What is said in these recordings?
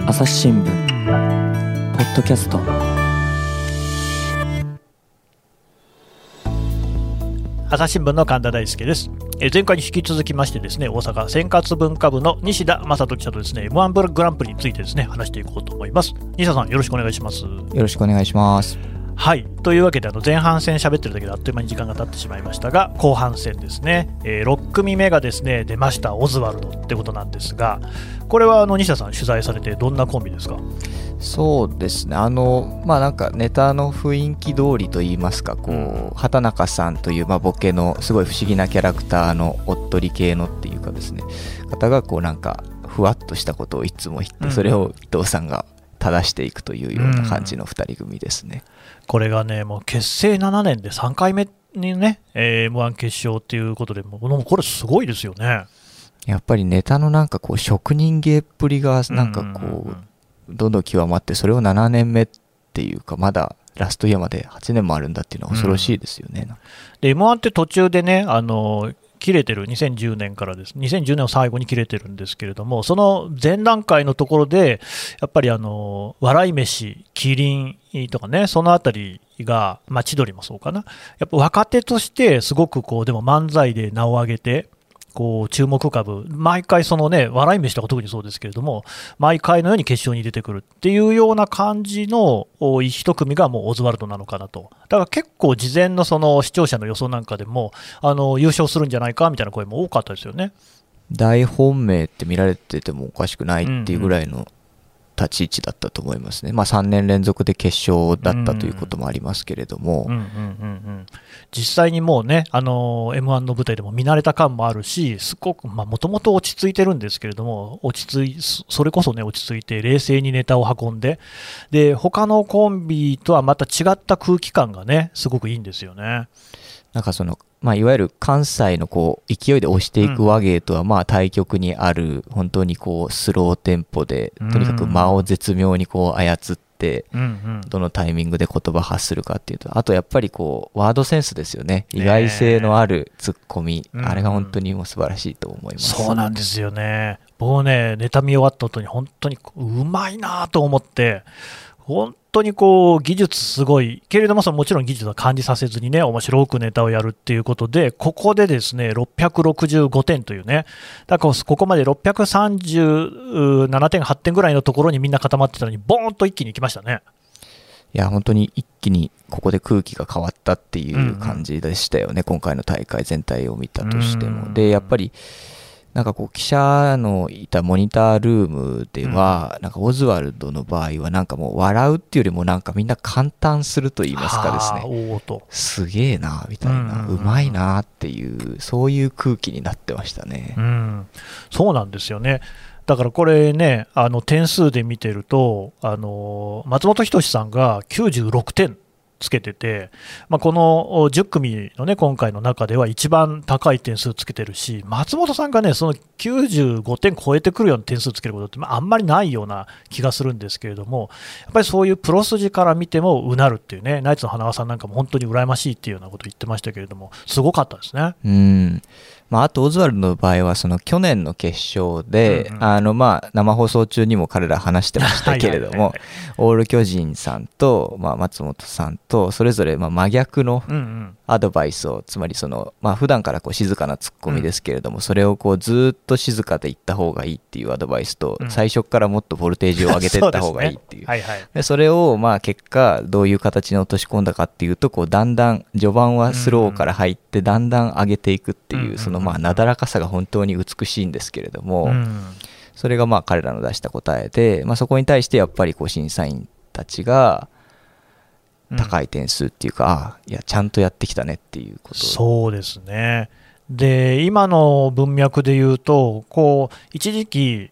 朝日新聞ポッドキャスト。 朝日新聞の神田大輔です。前回に引き続きましてですね、大阪専活文化部の西田正人記者とですね M1 グランプリについてですね話していこうと思います。西田さん、よろしくお願いします。 よろしくお願いします。 はい、というわけで前半戦喋ってるだけであっという間に時間が経ってしまいましたが、後半戦ですね、6組目がですね出ました。オズワルドってことなんですが、これは西田さん取材されてどんなコンビですか？ そうですね、なんかネタの雰囲気通りといいますか、畑中さんという、ボケのすごい不思議なキャラクターのおっとり系のっていうかですね、方がなんかふわっとしたことをいつも言って、それを伊藤さんが正していくというような感じの2人組ですね。 これがね、もう結成7年で3回目にね、M1 決勝っていうことで、もうこれすごいですよね。 やっぱりネタのなんか職人芸っぷりがなんかどんどん極まって、それを7年目っていうか、まだラストイヤーまで8年もあるんだっていうのは恐ろしいですよね。 で M1 って途中でね、切れてる、2010年からです。2010年を最後に切れてるんですけれども、その前段階のところでやっぱり笑い飯、キリンとかね、そのあたりが、千鳥もそうかな、やっぱ若手としてすごくでも漫才で名を上げて注目株、毎回そのね、笑い飯とか特にそうですけれども、毎回のように決勝に出てくるっていうような感じの一組がもうオズワルドなのかなと。だから結構事前のその視聴者の予想なんかでも優勝するんじゃないかみたいな声も多かったですよね。 大本命って見られててもおかしくないっていうぐらいの立ち位置だったと思いますね。3年連続で決勝だったということもありますけれども、 実際にもうね、M1 の舞台でも見慣れた感もあるし、すごくもともと落ち着いてるんですけれども、それこそね、落ち着いて冷静にネタを運んで、で他のコンビとはまた違った空気感がね、すごくいいんですよね。 なんかいわゆる関西の勢いで押していく話芸とは対極にある、本当にスローテンポで、とにかく間を絶妙に操って、どのタイミングで言葉発するかっていうと、あとやっぱりワードセンスですよね。意外性のあるツッコミ、あれが本当にもう素晴らしいと思います。 そうなんですよね。僕ね、ネタ見終わった後に本当にうまいなと思って、本当に技術すごいけれども、もちろん技術は感じさせずにね、面白くネタをやるっていうことで、ここでですね665点というね、だからここまで637点8点ぐらいのところにみんな固まってたのに、ボーンと一気にいきましたね。 いや本当に一気にここで空気が変わったっていう感じでしたよね。今回の大会全体を見たとしても。でやっぱりなんか記者のいたモニタールームでは、なんかオズワルドの場合はなんかもう笑うっていうよりもなんかみんな感嘆すると言いますかですね、すげえなみたいな、うまいなっていう、そういう空気になってましたね。 そうなんですよね。だからこれね、点数で見てると松本人志さんが96点つけてて、この10組のね、今回の中では一番高い点数つけてるし、松本さんがね、その95点超えてくるような点数つけることってあんまりないような気がするんですけれども、やっぱりそういうプロ筋から見てもうなるっていうね、ナイツの花輪さんなんかも本当に羨ましいっていうようなことを言ってましたけれども、すごかったですね。 あとオズワルドの場合は去年の決勝で、生放送中にも彼ら話してましたけれども、オール巨人さんと、松本さんとそれぞれ真逆のアドバイスを、つまり普段から静かなツッコミですけれども、それをずっと静かで言った方がいいっていうアドバイスと、最初からもっとボルテージを上げていった方がいいっていう、でそれを結果どういう形に落とし込んだかっていうと、だんだん序盤はスローから入ってだんだん上げていくっていう、なだらかさが本当に美しいんですけれども、それが彼らの出した答えで、そこに対してやっぱり審査員たちが高い点数っていうか、いやちゃんとやってきたねっていうこと。 そうですね。で今の文脈で言うと、一時期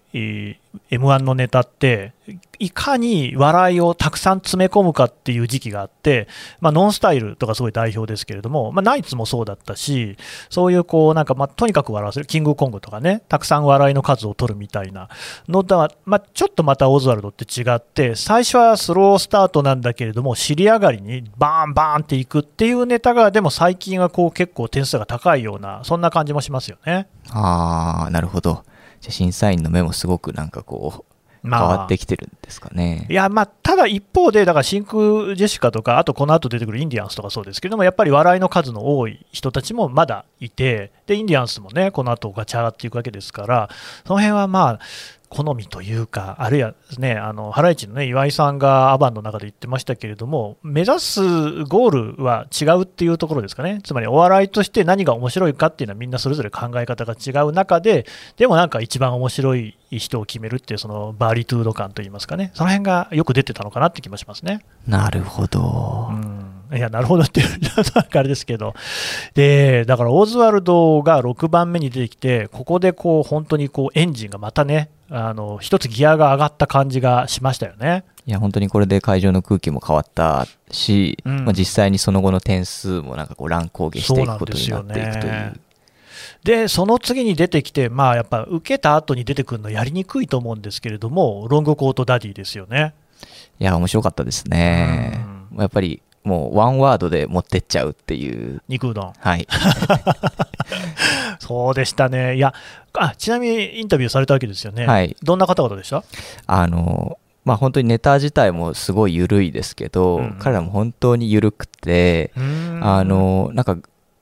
M1 のネタっていかに笑いをたくさん詰め込むかっていう時期があって、ノンスタイルとかすごい代表ですけれども、ナイツもそうだったし、そういうなんかとにかく笑わせる、キングコングとかね、たくさん笑いの数を取るみたいなのだ、ちょっとまたオズワルドって違って、最初はスロースタートなんだけれども、尻上がりにバーンバーンっていくっていうネタが、でも最近は結構点数が高いような、そんな感じもしますよね。 なるほど。審査員の目もすごくなんか変わってきてるんですかね。 いや、ただ一方で、だから真空ジェシカとか、あとこの後出てくるインディアンスとかそうですけども、やっぱり笑いの数の多い人たちもまだいて、でインディアンスもね、この後ガチ上がっていくわけですから、その辺は好みというか、あるいはね、ハライチの、ね、岩井さんがアバンの中で言ってましたけれども、目指すゴールは違うっていうところですかね、つまりお笑いとして何が面白いかっていうのは、みんなそれぞれ考え方が違う中で、でもなんか一番面白い人を決めるっていう、そのバーリトゥード感といいますかね、その辺がよく出てたのかなって気もしますね。 なるほど。 いや、なるほどっていう、なんかあれですけど、でだからオズワルドが6番目に出てきて、ここで本当にエンジンがまたね、一つギアが上がった感じがしましたよね。 いや本当にこれで会場の空気も変わったし、実際にその後の点数もなんか乱高下していくことになっていくという。 でその次に出てきて、やっぱ受けた後に出てくるのやりにくいと思うんですけれども、ロングコートダディですよね。 いや面白かったですね。やっぱりもうワンワードで持ってっちゃうっていう。 肉うどん。 はい。 そうでしたね。いや、ちなみにインタビューされたわけですよね。はい。どんな方々でした？ 本当にネタ自体もすごい緩いですけど、彼らも本当に緩くて、なんか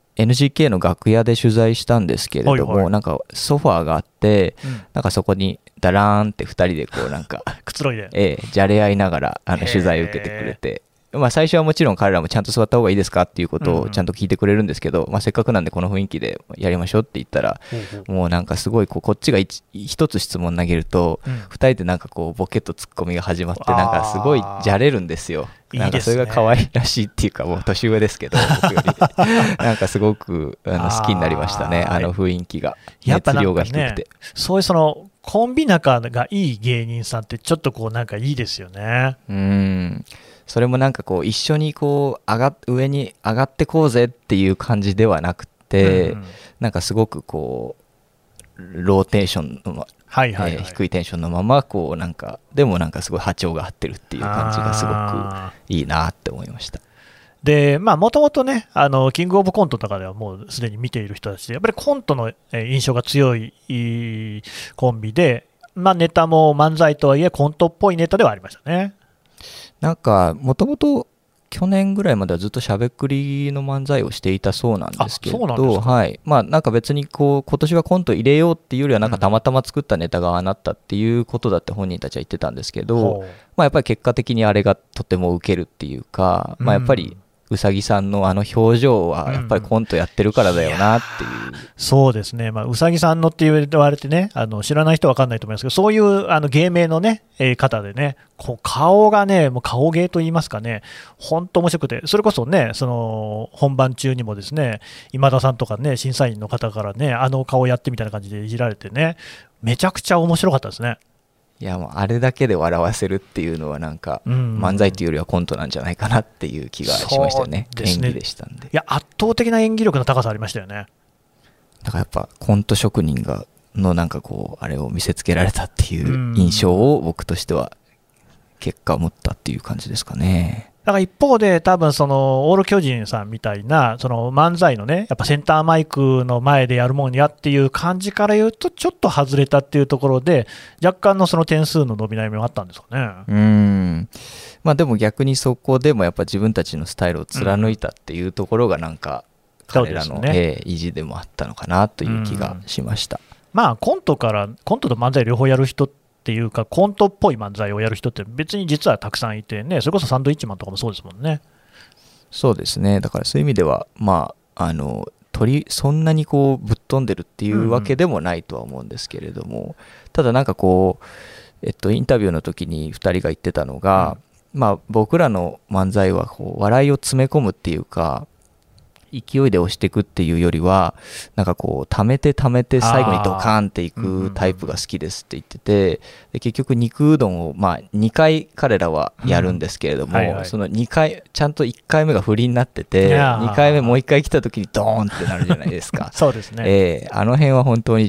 NGK の楽屋で取材したんですけれども、なんかソファーがあって、なんかそこにダラーンって2人でなんかくつろいで、 じゃれ合いながら取材を受けてくれて。最初はもちろん彼らもちゃんと座った方がいいですかっていうことをちゃんと聞いてくれるんですけど、せっかくなんでこの雰囲気でやりましょうって言ったら、もうなんかすごいこっちが一つ質問投げると、2人でなんかボケとツッコミが始まって、なんかすごいじゃれるんですよ。なんかそれが可愛らしいっていうか、もう年上ですけど、僕よりなんかすごく好きになりましたね、雰囲気が、熱量が低くて。 そういうコンビ仲がいい芸人さんってちょっとなんかいいですよね。 それもなんか一緒に上に上がってこうぜっていう感じではなくて、なんかすごくローテンションの、低いテンションのままなんかでもなんかすごい波長が合ってるっていう感じがすごくいいなって思いました。 でもともとね、キングオブコントとかではもうすでに見ている人たちで、やっぱりコントの印象が強いコンビで、ネタも漫才とはいえコントっぽいネタではありましたね。 なんかもともと去年ぐらいまではずっとしゃべくりの漫才をしていたそうなんですけど、なんか別に今年はコント入れようっていうよりは、なんかたまたま作ったネタがああなったっていうことだって本人たちは言ってたんですけど、やっぱり結果的にあれがとてもウケるっていうか、やっぱりうさぎさんの表情はやっぱりコントやってるからだよなっていう、 そうですね、うさぎさんのって言われてね、知らない人は分かんないと思いますけど、そういう芸名のね、方でね、顔がね、もう顔芸と言いますかね、本当面白くて、それこそね、本番中にもですね、今田さんとかね、審査員の方からね、顔やってみたいな感じでいじられてね、めちゃくちゃ面白かったですね。 いやもうあれだけで笑わせるっていうのはなんか漫才というよりはコントなんじゃないかなっていう気がしましたよね。演技でしたんで。 いや圧倒的な演技力の高さありましたよね。 だからやっぱコント職人のなんかあれを見せつけられたっていう印象を僕としては結果を持ったっていう感じですかね。 だから一方で、多分オール巨人さんみたいな漫才のね、やっぱセンターマイクの前でやるもんやっていう感じから言うと、ちょっと外れたっていうところで、若干の点数の伸び悩みもあったんですかね。 でも逆にそこでもやっぱ自分たちのスタイルを貫いたっていうところがなんか彼らの意地でもあったのかなという気がしました。 コントと漫才両方やる人っていうか、コントっぽい漫才をやる人って別に実はたくさんいてね、それこそサンドイッチマンとかもそうですもんね。 そうですね。だからそういう意味ではそんなにぶっ飛んでるっていうわけでもないとは思うんですけれども、ただなんかインタビューの時に2人が言ってたのが、僕らの漫才は笑いを詰め込むっていうか、勢いで押していくっていうよりは、なんか溜めて最後にドカーンっていくタイプが好きですって言ってて、で結局肉うどんを2回彼らはやるんですけれども、その2回ちゃんと1回目が振りになってて、2回目もう1回来た時にドーンってなるじゃないですか。 そうですね。 あの辺は本当に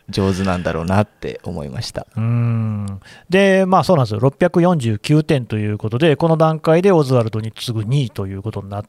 上手なんだろうなって思いました。 で、そうなんですよ、649点ということで、この段階でオズワルドに次ぐ2位ということになって、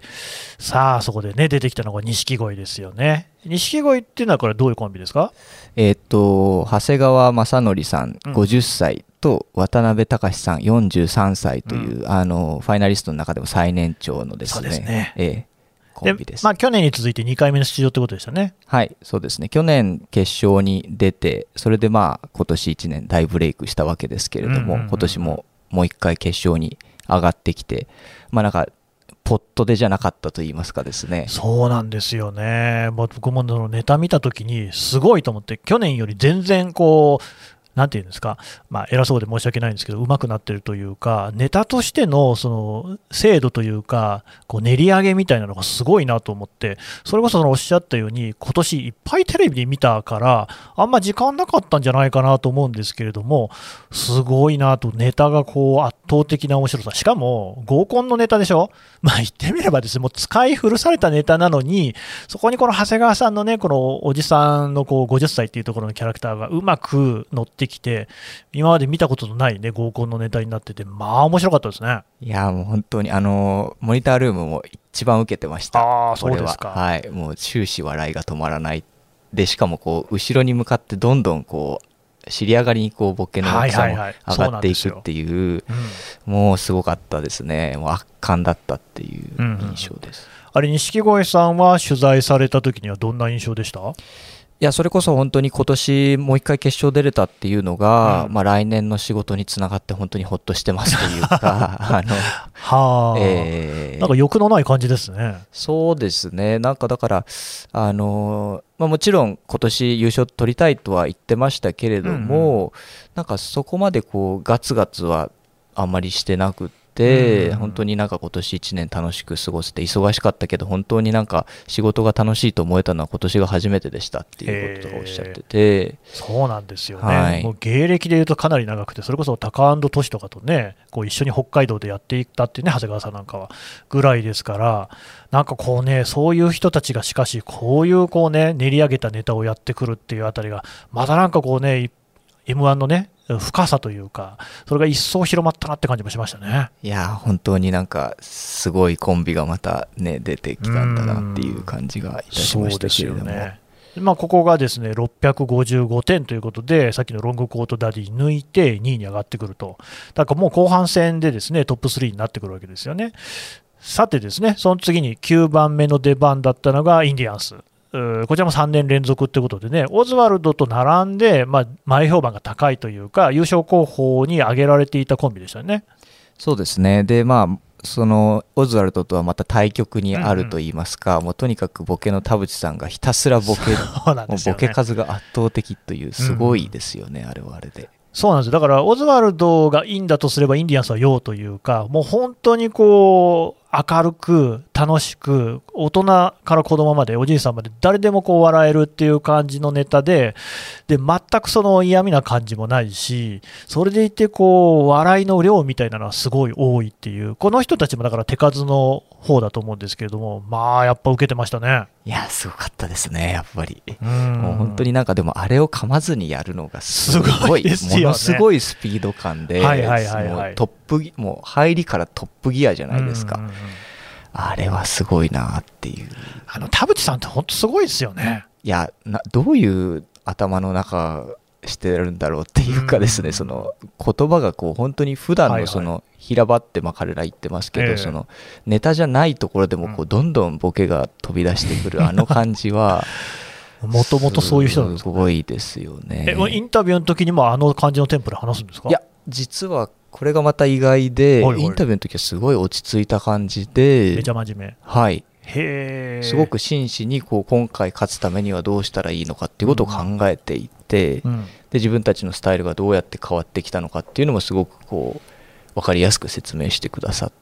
さあ、そこでね、出てきたのが錦鯉ですよね。錦鯉っていうのは、これ、どういうコンビですか？ 長谷川正則さん、50歳と渡辺隆さん、43歳という、ファイナリストの中でも最年長のですね。そうですね。コンビです。 去年に続いて2回目の出場ということでしたね。 はい、そうですね。去年決勝に出て、それで今年1年大ブレイクしたわけですけれども、今年ももう1回決勝に上がってきて、なんかポットでじゃなかったと言いますかですね。 そうなんですよね。僕もネタ見たときにすごいと思って、去年より全然なんていうんですか、偉そうで申し訳ないんですけど、上手くなってるというか、ネタとしてのその精度というか、練り上げみたいなのがすごいなと思って、それこそおっしゃったように、今年いっぱいテレビで見たから、あんま時間なかったんじゃないかなと思うんですけれども、すごいなと、ネタが圧倒的な面白さ、しかも合コンのネタでしょ、言ってみればですね、もう使い古されたネタなのに、そこにこの長谷川さんのね、このおじさんの50歳っていうところのキャラクターがうまく乗ってきて、今まで見たことのないね、合コンのネタになってて、面白かったですね。 いや、もう本当にモニタールームも一番受けてました。 そうですか。 はい、もう終始笑いが止まらない。で、しかも後ろに向かってどんどん尻上がりにボケの大きさも上がっていくっていう、もうすごかったですね。もう圧巻だったっていう印象です。 あれ、錦鯉さんは取材された時にはどんな印象でした？ いや、それこそ本当に今年もう一回決勝出れたっていうのが、来年の仕事につながって本当にほっとしてますというかなんか欲のない感じですね。 そうですね。なんかだからもちろん今年優勝取りたいとは言ってましたけれども、なんかそこまでガツガツはあんまりしてなくて、本当になんか今年1年楽しく過ごせて、忙しかったけど本当になんか仕事が楽しいと思えたのは今年が初めてでしたっていうことをおっしゃってて。 そうなんですよね、もう芸歴でいうとかなり長くて、それこそタカアンドトシとかとね、一緒に北海道でやっていったっていうね、長谷川さんなんかはぐらいですから、なんかそういう人たちがしかしこういう練り上げたネタをやってくるっていうあたりが、またなんかM1 のね、深さというか、それが一層広まったなって感じもしましたね。 いや、本当になんかすごいコンビがまたね、出てきたんだなっていう感じがいたしましたけれども。そうですよね。 ここがですね、655点ということで、さっきのロングコートダディ抜いて2位に上がってくると。だからもう後半戦でですね、トップ3になってくるわけですよね。さてですね、その次に9番目の出番だったのがインディアンス。こちらも3年連続ということでね、オズワルドと並んで、前評判が高いというか、優勝候補に挙げられていたコンビでしたね。 そうですね。で、そのオズワルドとはまた対極にあると言いますか、もうとにかくボケの田淵さんがひたすらボケ、もうボケ数が圧倒的という、すごいですよね、あれはあれで。 そうなんですよ。だからオズワルドがいいんだとすればインディアンスは陽というか、もう本当に明るく楽しく、大人から子供までおじいさんまで誰でも笑えるっていう感じのネタで、全くその嫌味な感じもないし、それでいて笑いの量みたいなのはすごい多いっていう、この人たちもだから手数の方だと思うんですけれども、やっぱ受けてましたね。 いや、すごかったですね、やっぱり。もう本当になんかでもあれを噛まずにやるのがすごいですよね。ものすごいスピード感で、もう入りからトップギアじゃないですか。あれはすごいなっていう。 田淵さんって本当すごいですよね。 いや、どういう頭の中してるんだろうっていうかですね、その言葉が本当に普段のその平場って彼ら言ってますけど、そのネタじゃないところでもどんどんボケが飛び出してくるあの感じはもともとそういう人なんですかね。 すごいですよね。 インタビューの時にもあの感じのテンポで話すんですか？ いや、実はこれがまた意外で、インタビューの時はすごい落ち着いた感じで、 めちゃ真面目。 はい。 すごく真摯に今回勝つためにはどうしたらいいのかっていうことを考えていて、で自分たちのスタイルがどうやって変わってきたのかっていうのもすごく分かりやすく説明してくださって、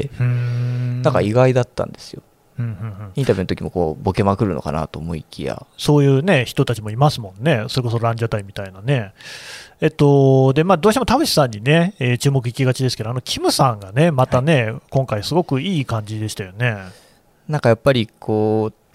なんか意外だったんですよ。インタビューの時もボケまくるのかなと思いきや、 そういうね人たちもいますもんね。それこそランジャタイみたいなね。でどうしても田淵さんにね、注目いきがちですけど、キムさんがねまたね、今回すごくいい感じでしたよね。 なんかやっぱりと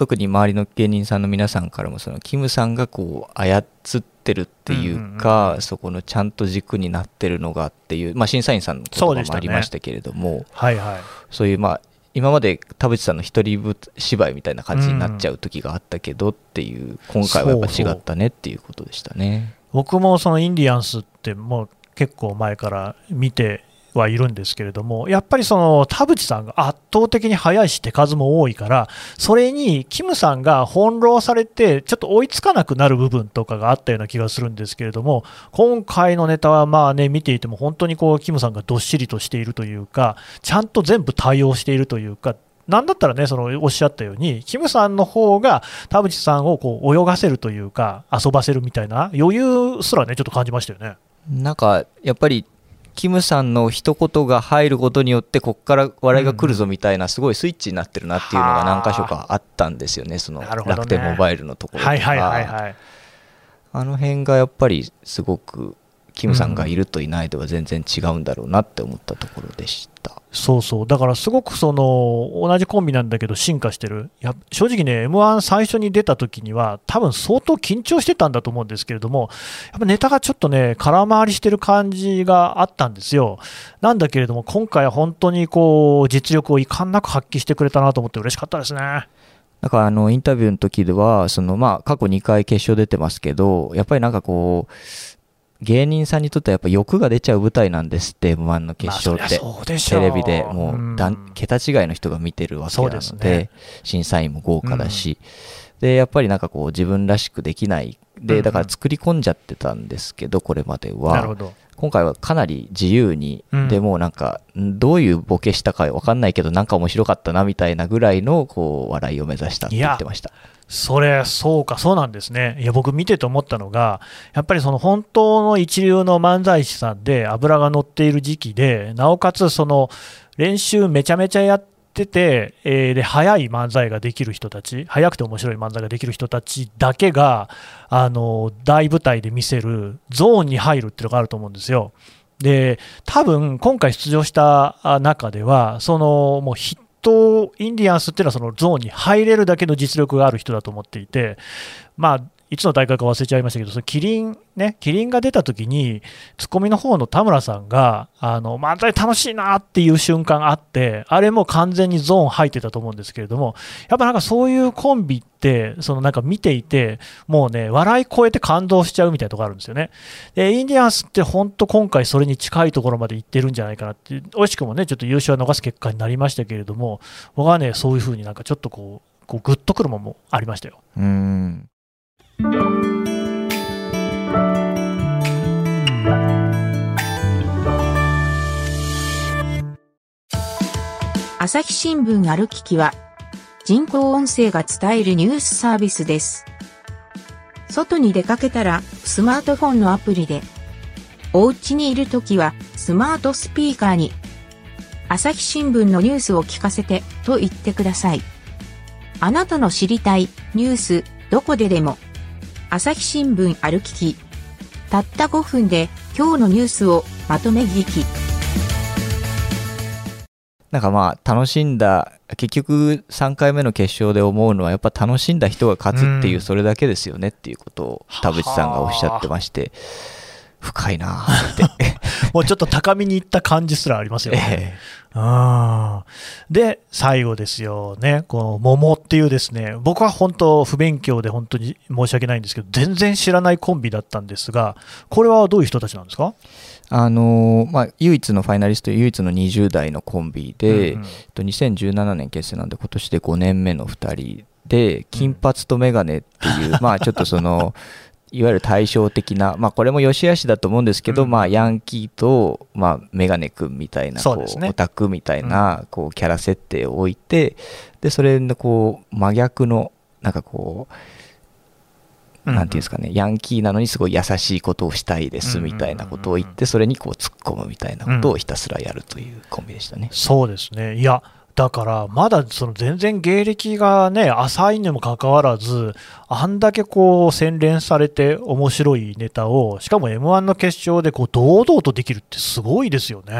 特に周りの芸人さんの皆さんからもそのキムさんがこう操ってるっていうか、そこのちゃんと軸になってるのがっていう、まあ、審査員さんの言葉もありましたけれども、 はいはい、 そういうまあ今まで田淵さんの一人芝居みたいな感じになっちゃう時があったけどっていう、今回はやっぱ違ったねっていうことでしたね。 僕もそのインディアンスってもう結構前から見てはいるんですけれども、やっぱりその田淵さんが圧倒的に速いし手数も多いから、それにキムさんが翻弄されてちょっと追いつかなくなる部分とかがあったような気がするんですけれども、今回のネタはまあね、見ていても本当にこうキムさんがどっしりとしているというか、ちゃんと全部対応しているというか、なんだったらね、そのおっしゃったようにキムさんの方が田淵さんをこう泳がせるというか遊ばせるみたいな余裕すらねちょっと感じましたよね。 なんかやっぱりキムさんの一言が入ることによってこっから笑いが来るぞみたいなすごいスイッチになってるなっていうのが何箇所かあったんですよね、その楽天モバイルのところとか、あの辺がやっぱりすごくキムさんがいるといないでは全然違うんだろうなって思ったところでした。 そうそう、だからすごくその同じコンビなんだけど進化してる。正直ね M1 最初に出た時には多分相当緊張してたんだと思うんですけれども、やっぱネタがちょっとね空回りしてる感じがあったんですよ。なんだけれども今回は本当にこう実力を遺憾なく発揮してくれたなと思って嬉しかったですね。 なんかインタビューの時ではそのまあ過去2回決勝出てますけど、やっぱりなんかこう芸人さんにとってはやっぱ欲が出ちゃう舞台なんですって、M1 の決勝って、テレビでもう桁違いの人が見てるわけなので、審査員も豪華だし、でやっぱりなんかこう自分らしくできないで、だから作り込んじゃってたんですけど、これまでは今回はかなり自由に、でもなんかどういうボケしたか分かんないけどなんか面白かったなみたいなぐらいのこう笑いを目指したって言ってました。 そうか、そうなんですね。いや、僕見てて思ったのが、やっぱりその本当の一流の漫才師さんで脂が乗っている時期で、なおかつその練習めちゃめちゃやってて、で、早い漫才ができる人たち、早くて面白い漫才ができる人たちだけが、大舞台で見せるゾーンに入るっていうのがあると思うんですよ。で、多分今回出場した中では、そのもうインディアンスっていうのはそのゾーンに入れるだけの実力がある人だと思っていて、まあ、いつの大会か忘れちゃいましたけど、そのキリンが出た時にツッコミの方の田村さんが漫才楽しいなっていう瞬間あって、あれも完全にゾーン入ってたと思うんですけれども、やっぱなんかそういうコンビってそのなんか見ていてもうね笑い超えて感動しちゃうみたいなところあるんですよね。でインディアンスって本当今回それに近いところまで行ってるんじゃないかなって、惜しくもねちょっと優勝は逃す結果になりましたけれども、僕はねそういう風になんかちょっとこうグッとくるものもありましたよ。 朝日新聞ある聞きは人工音声が伝えるニュースサービスです。外に出かけたらスマートフォンのアプリで、お家にいるときはスマートスピーカーに朝日新聞のニュースを聞かせてと言ってください。あなたの知りたいニュースどこででも朝日新聞ある聞き。たった5分で今日のニュースをまとめ聞き。 なんかまあ楽しんだ、結局3回目の決勝で思うのはやっぱ楽しんだ人が勝つっていうそれだけですよねっていうことを田淵さんがおっしゃってまして、深いなってもうちょっと高みに行った感じすらありますよね。で最後ですよね、この桃っていうですね、僕は本当不勉強で本当に申し訳ないんですけど全然知らないコンビだったんですが、これはどういう人たちなんですか？ まあ、唯一のファイナリスト、唯一の20代のコンビで、2017年結成なんで今年で5年目の2人で、金髪とメガネっていう、まあちょっとそのいわゆる対照的な、まあこれも良し悪しだと思うんですけど、まあヤンキーと、まあメガネ君みたいな、こうオタクみたいなこうキャラ設定を置いて、でそれのこう真逆のなんかこうなんていうんですかね、ヤンキーなのにすごい優しいことをしたいですみたいなことを言って、それにこう突っ込むみたいなことをひたすらやるというコンビでしたね。 そうですね。いやだからまだその全然芸歴がね浅いにもかかわらず、あんだけこう洗練されて面白いネタをしかも M1 の決勝でこう堂々とできるってすごいですよね。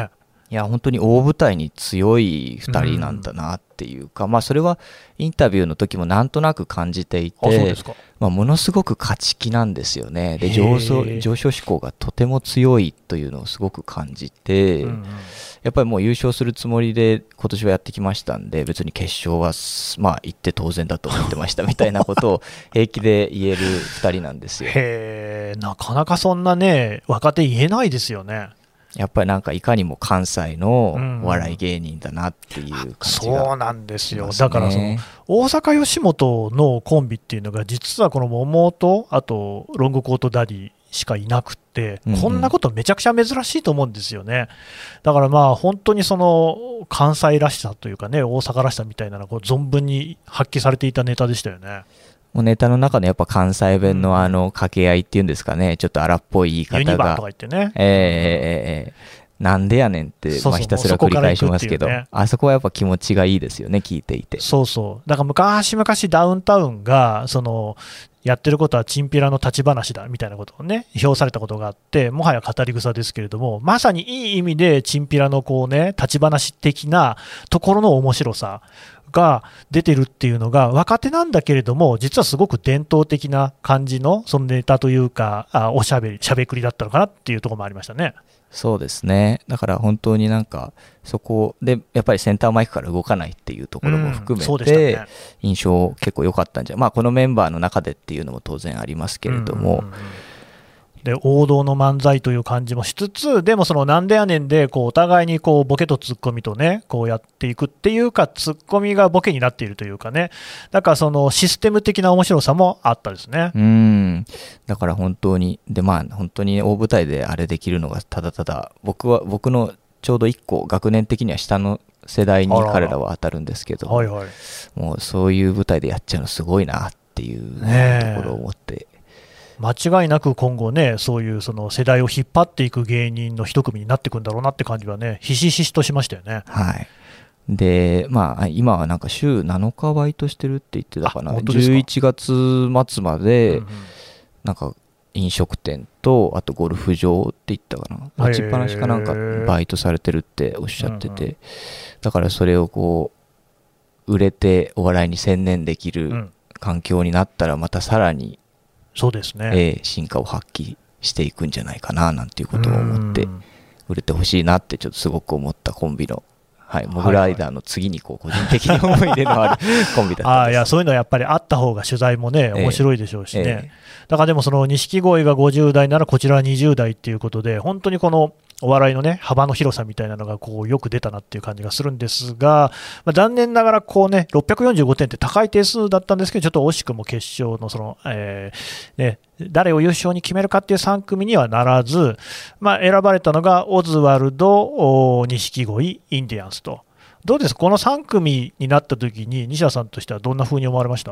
いや本当に大舞台に強い2人なんだなっていうか、まあそれはインタビューの時もなんとなく感じていて、まあものすごく勝ち気なんですよね。で上昇志向がとても強いというのをすごく感じて、やっぱりもう優勝するつもりで今年はやってきましたんで、別に決勝はまあ行って当然だと思ってましたみたいなことを平気で言える2人なんですよ。 へー、なかなかそんなね若手言えないですよね。 やっぱりなんかいかにも関西のお笑い芸人だなっていう感じが、 そうなんですよ。だからその大阪吉本のコンビっていうのが実はこの桃とあとロングコートダディしかいなくて、こんなことめちゃくちゃ珍しいと思うんですよね。だからまあ本当にその関西らしさというかね、大阪らしさみたいなのが存分に発揮されていたネタでしたよね。 もうネタの中のやっぱ関西弁の掛け合いっていうんですかね、ちょっと荒っぽい言い方が、 ユニバとか言ってね、 なんでやねんって、まあ、ひたすら繰り返しますけど、あそこはやっぱ気持ちがいいですよね、聞いていて。 そうそう、だから昔々ダウンタウンがそのやってることはチンピラの立ち話だみたいなことをね評されたことがあって、もはや語り草ですけれども、まさにいい意味でチンピラのこうね立ち話的なところの面白さが出てるっていうのが若手なんだけれども、実はすごく伝統的な感じのそのネタというかおしゃべくりだったのかなっていうところもありましたね。 そうですね。だから本当になんかそこでやっぱりセンターマイクから動かないっていうところも含めて印象結構良かったんじゃ、まあこのメンバーの中でっていうのも当然ありますけれども、 で王道の漫才という感じもしつつ、でもそのなんでやねんでこうお互いにこうボケとツッコミとねこうやっていくっていうか、ツッコミがボケになっているというかね、だからそのシステム的な面白さもあったですね。 だから本当にで、まあ本当に大舞台であれできるのがただただ僕のちょうど1個学年的には下の世代に彼らは当たるんですけど、もうそういう舞台でやっちゃうのすごいなっていうところを思って。 間違いなく今後ね、そういうその世代を引っ張っていく芸人の一組になっていくんだろうなって感じはね、ひしひしとしましたよね。 はい。で、まあ、今はなんか週7日バイトしてるって言ってたかな、11月末まで、なんか飲食店と、あとゴルフ場って言ったかな、立ちっぱなしかなんかバイトされてるっておっしゃってて、だからそれをこう、売れてお笑いに専念できる環境になったら、またさらに、 そうですね、 進化を発揮していくんじゃないかななんていうことを思って売れてほしいなってちょっとすごく思ったコンビの、モグライダーの次にこう個人的に思い入れのあるコンビだったんです。 いやそういうのはやっぱりあった方が取材もね面白いでしょうしね、だからでもその錦鯉が50代ならこちらは20代っていうことで、本当にこのお笑いのね幅の広さみたいなのがこうよく出たなっていう感じがするんですが、残念ながらこうね645点って高い点数だったんですけど、ちょっと惜しくも決勝のその、誰を優勝に決めるかっていう3組にはならず、選ばれたのがオズワルド、錦鯉、インディアンスと。どうですか、この3組になった時に西田さんとしてはどんな風に思われました？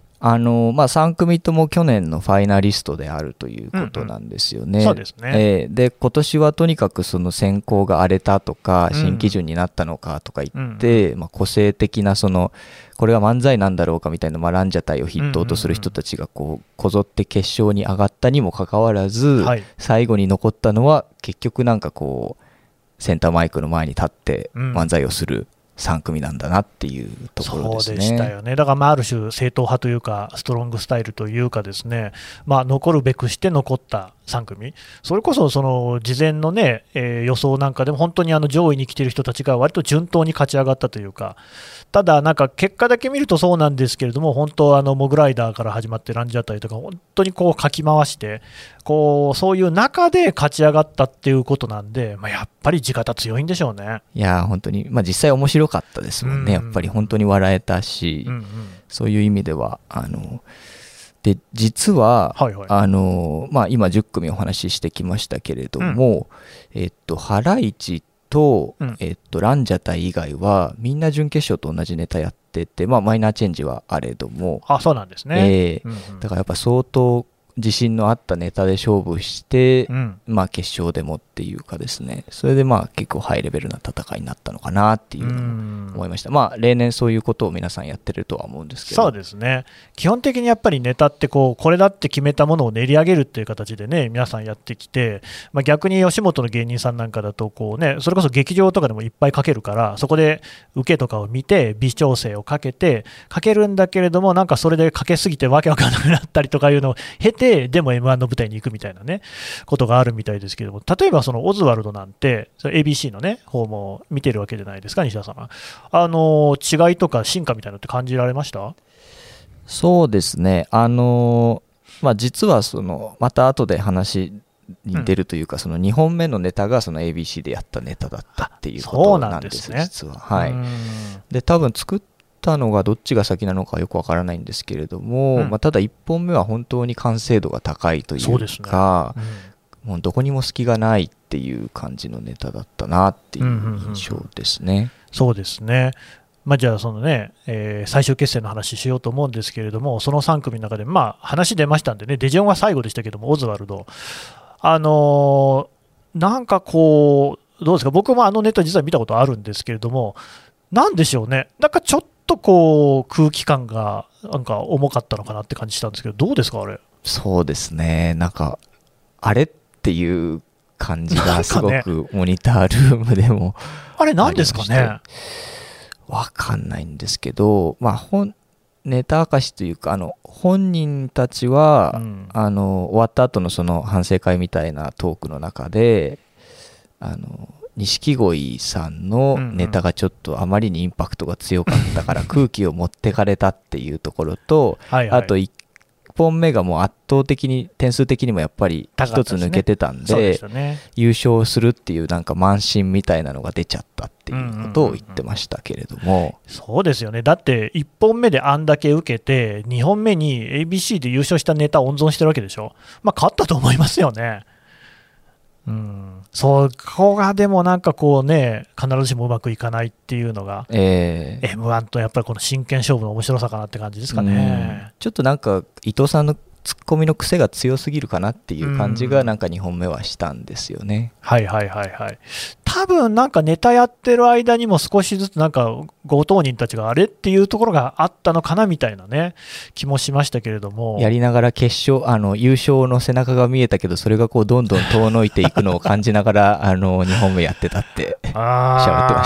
3組とも去年のファイナリストであるということなんですよね。 そうですね。 で今年はとにかくその選考が荒れたとか、新基準になったのかとか言って、個性的なそのこれは漫才なんだろうかみたいな、ランジャタイを筆頭とする人たちがこぞって決勝に上がったにもかかわらず、最後に残ったのは結局なんかこうセンターマイクの前に立って漫才をする3組なんだなっていうところですね。 そうでしたよね。だからある種正統派というかストロングスタイルというかですね、残るべくして残った3組、それこそその事前のね、予想なんかでも本当に上位に来ている人たちが割と順当に勝ち上がったというか、ただなんか結果だけ見るとそうなんですけれども、本当モグライダーから始まってランジャタイとか本当にこうかき回してそういう中で勝ち上がったっていうことなんで、やっぱり地方強いんでしょうね。 いや本当に、実際面白かったですもんね。やっぱり本当に笑えたし、そういう意味ではで実は、今10組お話ししてきましたけれども、ハライチと、ランジャタイ以外はみんな準決勝と同じネタやってて、マイナーチェンジはあれども、 そうなんですね。 だからやっぱ相当自信のあったネタで勝負して、 うん決勝でもっていうかですね、それで結構ハイレベルな戦いになったのかなっていうのを思いました。例年そういうことを皆さんやってるとは思うんですけど。 そうですね、基本的にやっぱりネタってこれだって決めたものを練り上げるっていう形でね、皆さんやってきて、逆に吉本の芸人さんなんかだとそれこそ劇場とかでもいっぱいかけるから、そこで受けとかを見て微調整をかけるんだけれども、なんかそれでかけすぎてわけわかんなくなったりとかいうのを経て、でも M1 の舞台に行くみたいなねことがあるみたいですけども、例えばそのオズワルドなんて ABC のね方も見てるわけじゃないですか、西田さんは。違いとか進化みたいなのって感じられました？ そうですね、実はまた後で話に出るというか、その2本目のネタがその ABC でやったネタだったっていうことなんです、 そうなんですね、 実は。はい。で、多分作ったのがどっちが先なのかよくわからないんですけれども、ただ1本目は本当に完成度が高いというか、もうどこにも隙がないっていう感じのネタだったなっていう印象ですね。 そうですね。じゃあそのね、最終決戦の話しようと思うんですけれども、その3組の中で、話出ましたんでね、デジョンは最後でしたけども、オズワルド、なんかどうですか、僕もあのネタ実は見たことあるんですけれども、なんでしょうね、なんかちょっと空気感がなんか重かったのかなって感じしたんですけど、どうですか、あれ。 そうですね、なんか、あれっていう感じがすごくモニタールームでもあれ、なんですかね。 わかんないんですけど、ネタ明かしというか、本人たちは、終わった後のその反省会みたいなトークの中で、錦鯉さんのネタがちょっとあまりにインパクトが強かったから空気を持ってかれたっていうところと、あと1本目がもう圧倒的に点数的にもやっぱり一つ抜けてたんで、優勝するっていうなんか慢心みたいなのが出ちゃったっていうことを言ってましたけれども、 そうですよね。だって1本目であんだけ受けて2本目に ABC で優勝したネタを温存してるわけでしょ。勝ったと思いますよね。そこがでもなんか必ずしもうまくいかないっていうのが、M1 とやっぱりこの真剣勝負の面白さかなって感じですかね。 ちょっとなんか伊藤さんのツッコミの癖が強すぎるかなっていう感じがなんか2本目はしたんですよね。多分なんかネタやってる間にも少しずつなんかご当人たちがあれっていうところがあったのかなみたいなね気もしましたけれども、 やりながら決勝優勝の背中が見えたけど、それがどんどん遠のいていくのを感じながら2本目やってたって喋ってました。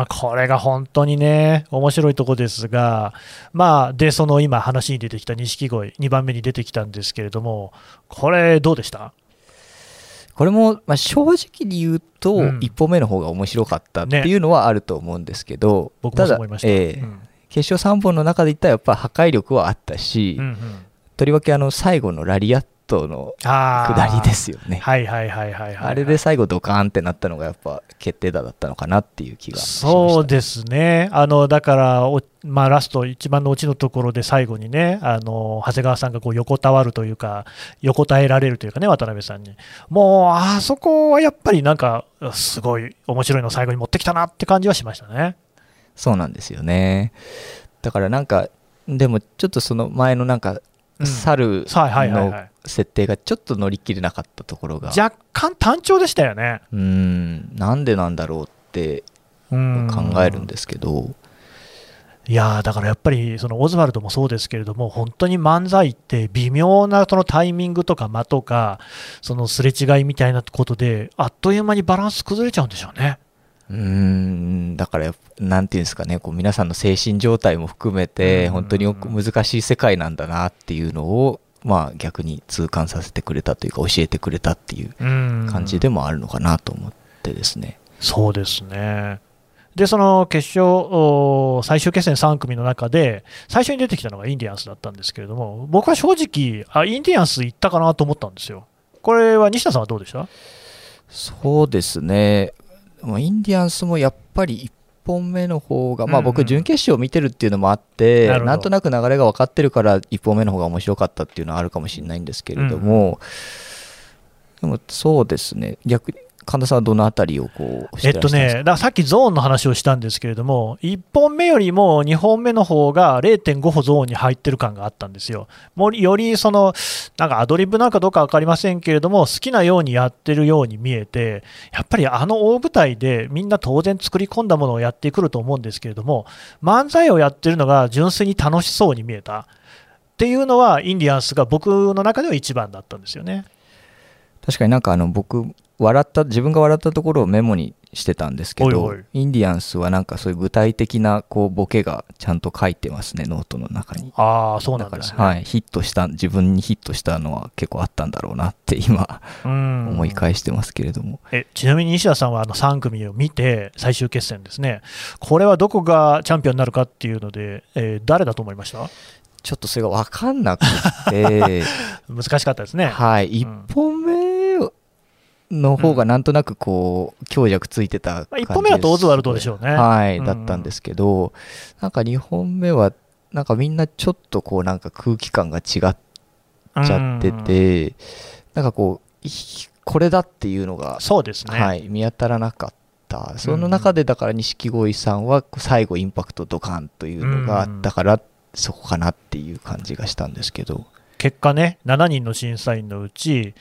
これが本当にね面白いところですが、でその今話に出てきた錦鯉2番目に出てきたんですけれども、これどうでした？ これも正直に言うと1本目の方が面白かったっていうのはあると思うんですけど、 僕もそう思いました。 決勝3本の中で言ったらやっぱ破壊力はあったし、とりわけ最後のラリアットの下りですよね。あれで最後ドカーンってなったのがやっぱ決定打だったのかなっていう気がしました。 そうですね。だからラスト一番のオチのところで最後にね、長谷川さんが横たわるというか横たえられるというかね、渡辺さんにもうあそこはやっぱりなんかすごい面白いのを最後に持ってきたなって感じはしましたね。 そうなんですよね。だからなんかでもちょっとその前のなんか猿の設定がちょっと乗り切れなかったところが若干単調でしたよね。 なんでなんだろうって考えるんですけど、 いやだからやっぱりそのオズワルドもそうですけれども、本当に漫才って微妙なそのタイミングとか間とかそのすれ違いみたいなことであっという間にバランス崩れちゃうんでしょうね。 だからなんていうんですかね、皆さんの精神状態も含めて本当に難しい世界なんだなっていうのを逆に痛感させてくれたというか教えてくれたっていう感じでもあるのかなと思ってですね。 そうですね。でその決勝最終決戦3組の中で最初に出てきたのがインディアンスだったんですけれども、僕は正直インディアンス行ったかなと思ったんですよ。これは西田さんはどうでした？ そうですね、インディアンスもやっぱり1本目の方が、僕準決勝を見てるっていうのもあって、なんとなく流れが分かってるから1本目の方が面白かったっていうのはあるかもしれないんですけれども、でもそうですね、逆に神田さんはどのあたりをこうしてらっしゃるんですか？ だからさっきゾーンの話をしたんですけれども、1本目よりも2本目の方が 0.5 歩ゾーンに入ってる感があったんですよ。もうよりなんかアドリブなんかどうか分かりませんけれども、好きなようにやってるように見えて、やっぱりあの大舞台でみんな当然作り込んだものをやってくると思うんですけれども、漫才をやってるのが純粋に楽しそうに見えたっていうのは、インディアンスが僕の中では一番だったんですよね。 確かになんか僕自分が笑ったところをメモにしてたんですけど、 おいおいインディアンスはなんかそういう具体的なこうボケがちゃんと書いてますね、ノートの中に。 ああ、そうなんですね。 だから、はい、自分にヒットしたのは結構あったんだろうなって今思い返してますけれども。 ちなみに西田さんは3組を見て、最終決戦ですね、これはどこがチャンピオンになるかっていうので、誰だと思いました？ ちょっとそれが分かんなくて難しかったですね。 はい、1本目の方がなんとなくこう強弱ついてた感じです。 1本目だとオズワルドでしょうね。 はい、だったんですけど、なんか2本目はなんかみんなちょっとこうなんか空気感が違っちゃってて、なんかこうこれだっていうのがそうですね、 はい、見当たらなかった。その中でだから錦鯉さんは最後インパクトドカンというのがあったからそこかなっていう感じがしたんですけど、 結果ね、7人の審査員のうち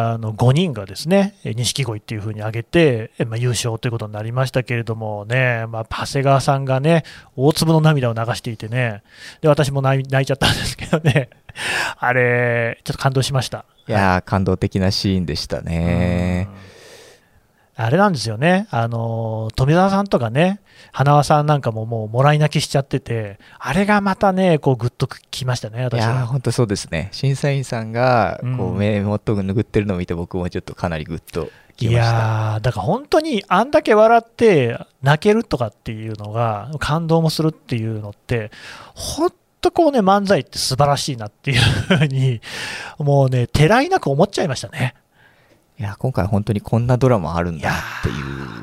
5人がですね錦鯉っていう風に挙げて、優勝ということになりましたけれどもね、長谷川さんがね大粒の涙を流していてね、で私も泣いちゃったんですけどねあれちょっと感動しました。 いやー、感動的なシーンでしたね。 あれなんですよね、富澤さんとかね、花輪さんなんかももうもらい泣きしちゃってて、あれがまたね、こうグッときましたね、私は。 いやー、本当そうですね。審査員さんがこう目元を拭ってるのを見て、僕もちょっとかなりグッときました。 いやー、だから本当にあんだけ笑って泣けるとかっていうのが、感動もするっていうのって、本当こうね、漫才って素晴らしいなっていうふうに、もうね、てらいなく思っちゃいましたね。 いや、今回本当にこんなドラマあるんだっていう。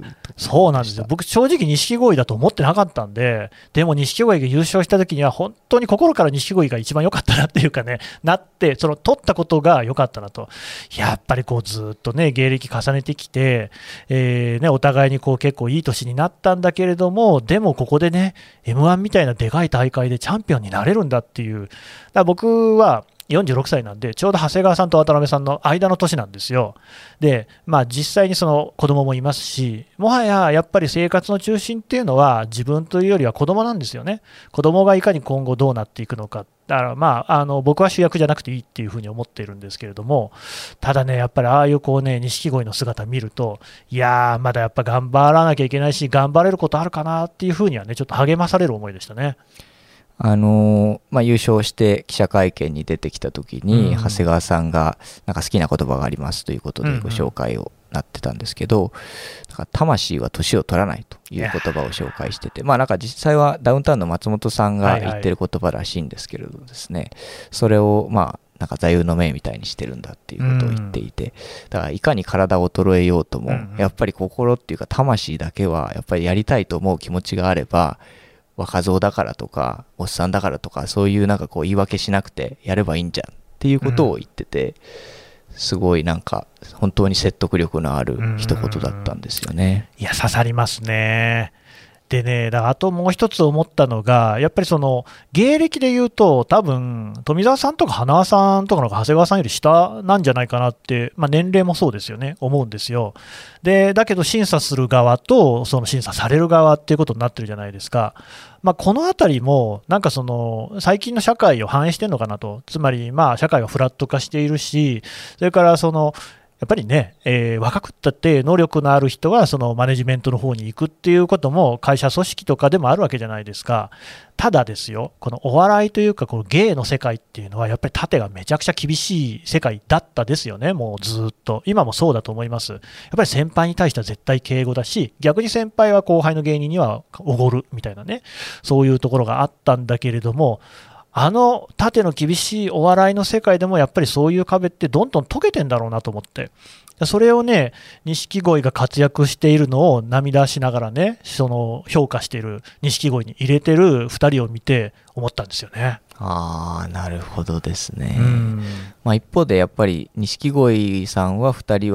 そうなんですよ。僕正直錦鯉だと思ってなかったんで、でも錦鯉が優勝した時には本当に心から錦鯉が一番良かったなっていうかね、なって、取ったことが良かったなと。やっぱりこうずっとね、芸歴重ねてきて、お互いにこう結構いい年になったんだけれども、でもここでね、M1 みたいなでかい大会でチャンピオンになれるんだっていう。だから僕は、46歳なんで、ちょうど長谷川さんと渡辺さんの間の年なんですよ。で、実際にその子供もいますし、もはややっぱり生活の中心っていうのは自分というよりは子供なんですよね。子供がいかに今後どうなっていくのか。だから僕は主役じゃなくていいっていうふうに思っているんですけれども、ただね、やっぱりああいうこうね、錦鯉の姿見ると、いやー、まだやっぱ頑張らなきゃいけないし、頑張れることあるかなっていうふうにはね、ちょっと励まされる思いでしたね。 優勝して記者会見に出てきた時に、長谷川さんがなんか好きな言葉がありますということでご紹介をなってたんですけど、なんか魂は年を取らないという言葉を紹介してて、なんか実際はダウンタウンの松本さんが言ってる言葉らしいんですけれどですね、それをなんか座右の銘みたいにしてるんだっていうことを言っていて、だからいかに体を衰えようとも、やっぱり心っていうか魂だけはやっぱりやりたいと思う気持ちがあれば、若造だからとかおっさんだからとかそういうなんかこう言い訳しなくてやればいいんじゃんっていうことを言ってて、すごいなんか本当に説得力のある一言だったんですよね。 いや刺さりますね。でね、だからあともう一つ思ったのが、やっぱりその芸歴で言うと、多分富澤さんとか花輪さんとかの方が長谷川さんより下なんじゃないかなって、年齢もそうですよね、思うんですよ。でだけど審査する側とその審査される側っていうことになってるじゃないですか。このあたりもなんかその最近の社会を反映してるのかなと。つまり社会がフラット化しているし、それからそのやっぱりね、若くったって能力のある人がそのマネジメントの方に行くっていうことも会社組織とかでもあるわけじゃないですか。ただですよ、このお笑いというかこの芸の世界っていうのはやっぱり縦がめちゃくちゃ厳しい世界だったですよね。もうずっと今もそうだと思います。やっぱり先輩に対しては絶対敬語だし、逆に先輩は後輩の芸人にはおごるみたいなね、そういうところがあったんだけれども、縦の厳しいお笑いの世界でもやっぱりそういう壁ってどんどん解けてんだろうなと思って、それをね、錦鯉が活躍しているのを涙しながらね、その評価している錦鯉に入れてる2人を見て思ったんですよね。 なるほどですね。一方でやっぱり錦鯉さんは2人は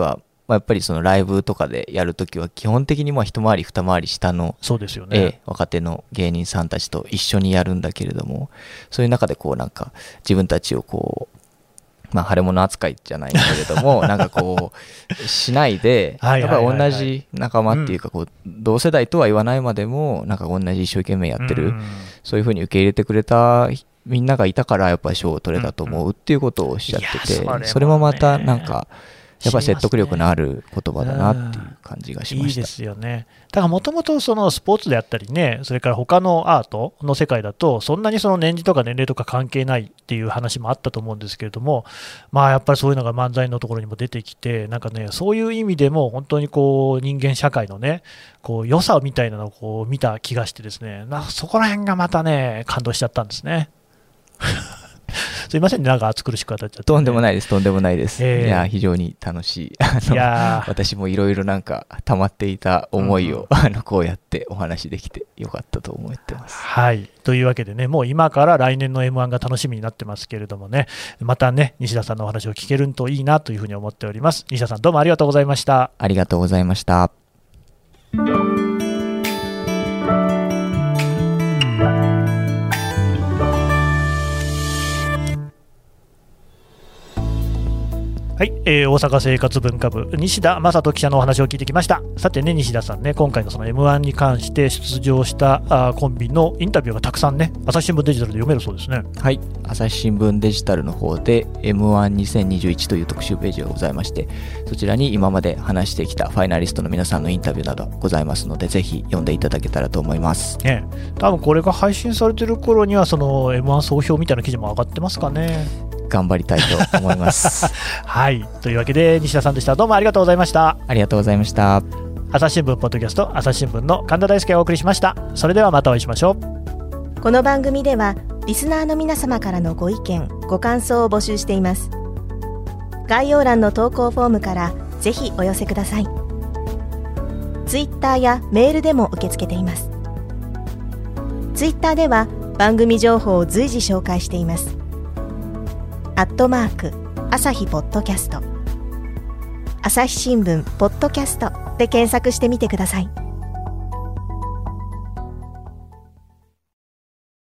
やっぱりそのライブとかでやるときは基本的に一回り二回り下の、 そうですよね、 若手の芸人さんたちと一緒にやるんだけれども、そういう中でこうなんか自分たちをこう腫れ物扱いじゃないんだけどもなんかこうしないで、やっぱり同じ仲間っていうかこう同世代とは言わないまでもなんか同じ一生懸命やってる、そういう風に受け入れてくれたみんながいたからやっぱり賞を取れたと思うっていうことをおっしゃってて、それもまたなんかやっぱり説得力のある言葉だなっていう感じがしました。 いいですよね。だからもともとそのスポーツであったりね、それから他のアートの世界だとそんなにその年次とか年齢とか関係ないっていう話もあったと思うんですけれども、やっぱりそういうのが漫才のところにも出てきて、なんかね、そういう意味でも本当にこう人間社会のね、こう良さみたいなのをこう見た気がしてですね、なんかそこら辺がまたね感動しちゃったんですね。すいませんね、なんか暑苦しく当たっちゃって、ね、 とんでもないです、とんでもないです。いや、非常に楽しい。私もいろいろなんか溜まっていた思いを、こうやってお話できてよかったと思ってます。 はい。というわけでね、もう今から来年の M1 が楽しみになってますけれどもね、またね、西田さんのお話を聞けるといいなというふうに思っております。西田さん、どうもありがとうございました。 ありがとうございました。 はい、大阪生活文化部西田正人記者のお話を聞いてきました。さてね、西田さんね、今回のその M1 に関して出場したコンビのインタビューがたくさんね、朝日新聞デジタルで読めるそうですね。 はい、朝日新聞デジタルの方で M12021 という特集ページがございまして、そちらに今まで話してきたファイナリストの皆さんのインタビューなどございますので、ぜひ読んでいただけたらと思います。 ね、多分これが配信されてる頃にはその M1 総評みたいな記事も上がってますかね。 頑張りたいと思いますはい、というわけで西田さんでした。どうもありがとうございました。 ありがとうございました。 朝日新聞ポッドキャスト、朝日新聞の神田大輔がお送りしました。それではまたお会いしましょう。 この番組ではリスナーの皆様からのご意見ご感想を募集しています。概要欄の投稿フォームからぜひお寄せください。ツイッターやメールでも受け付けています。ツイッターでは番組情報を随時紹介しています。@朝日ポッドキャスト、朝日新聞ポッドキャストで検索してみてください。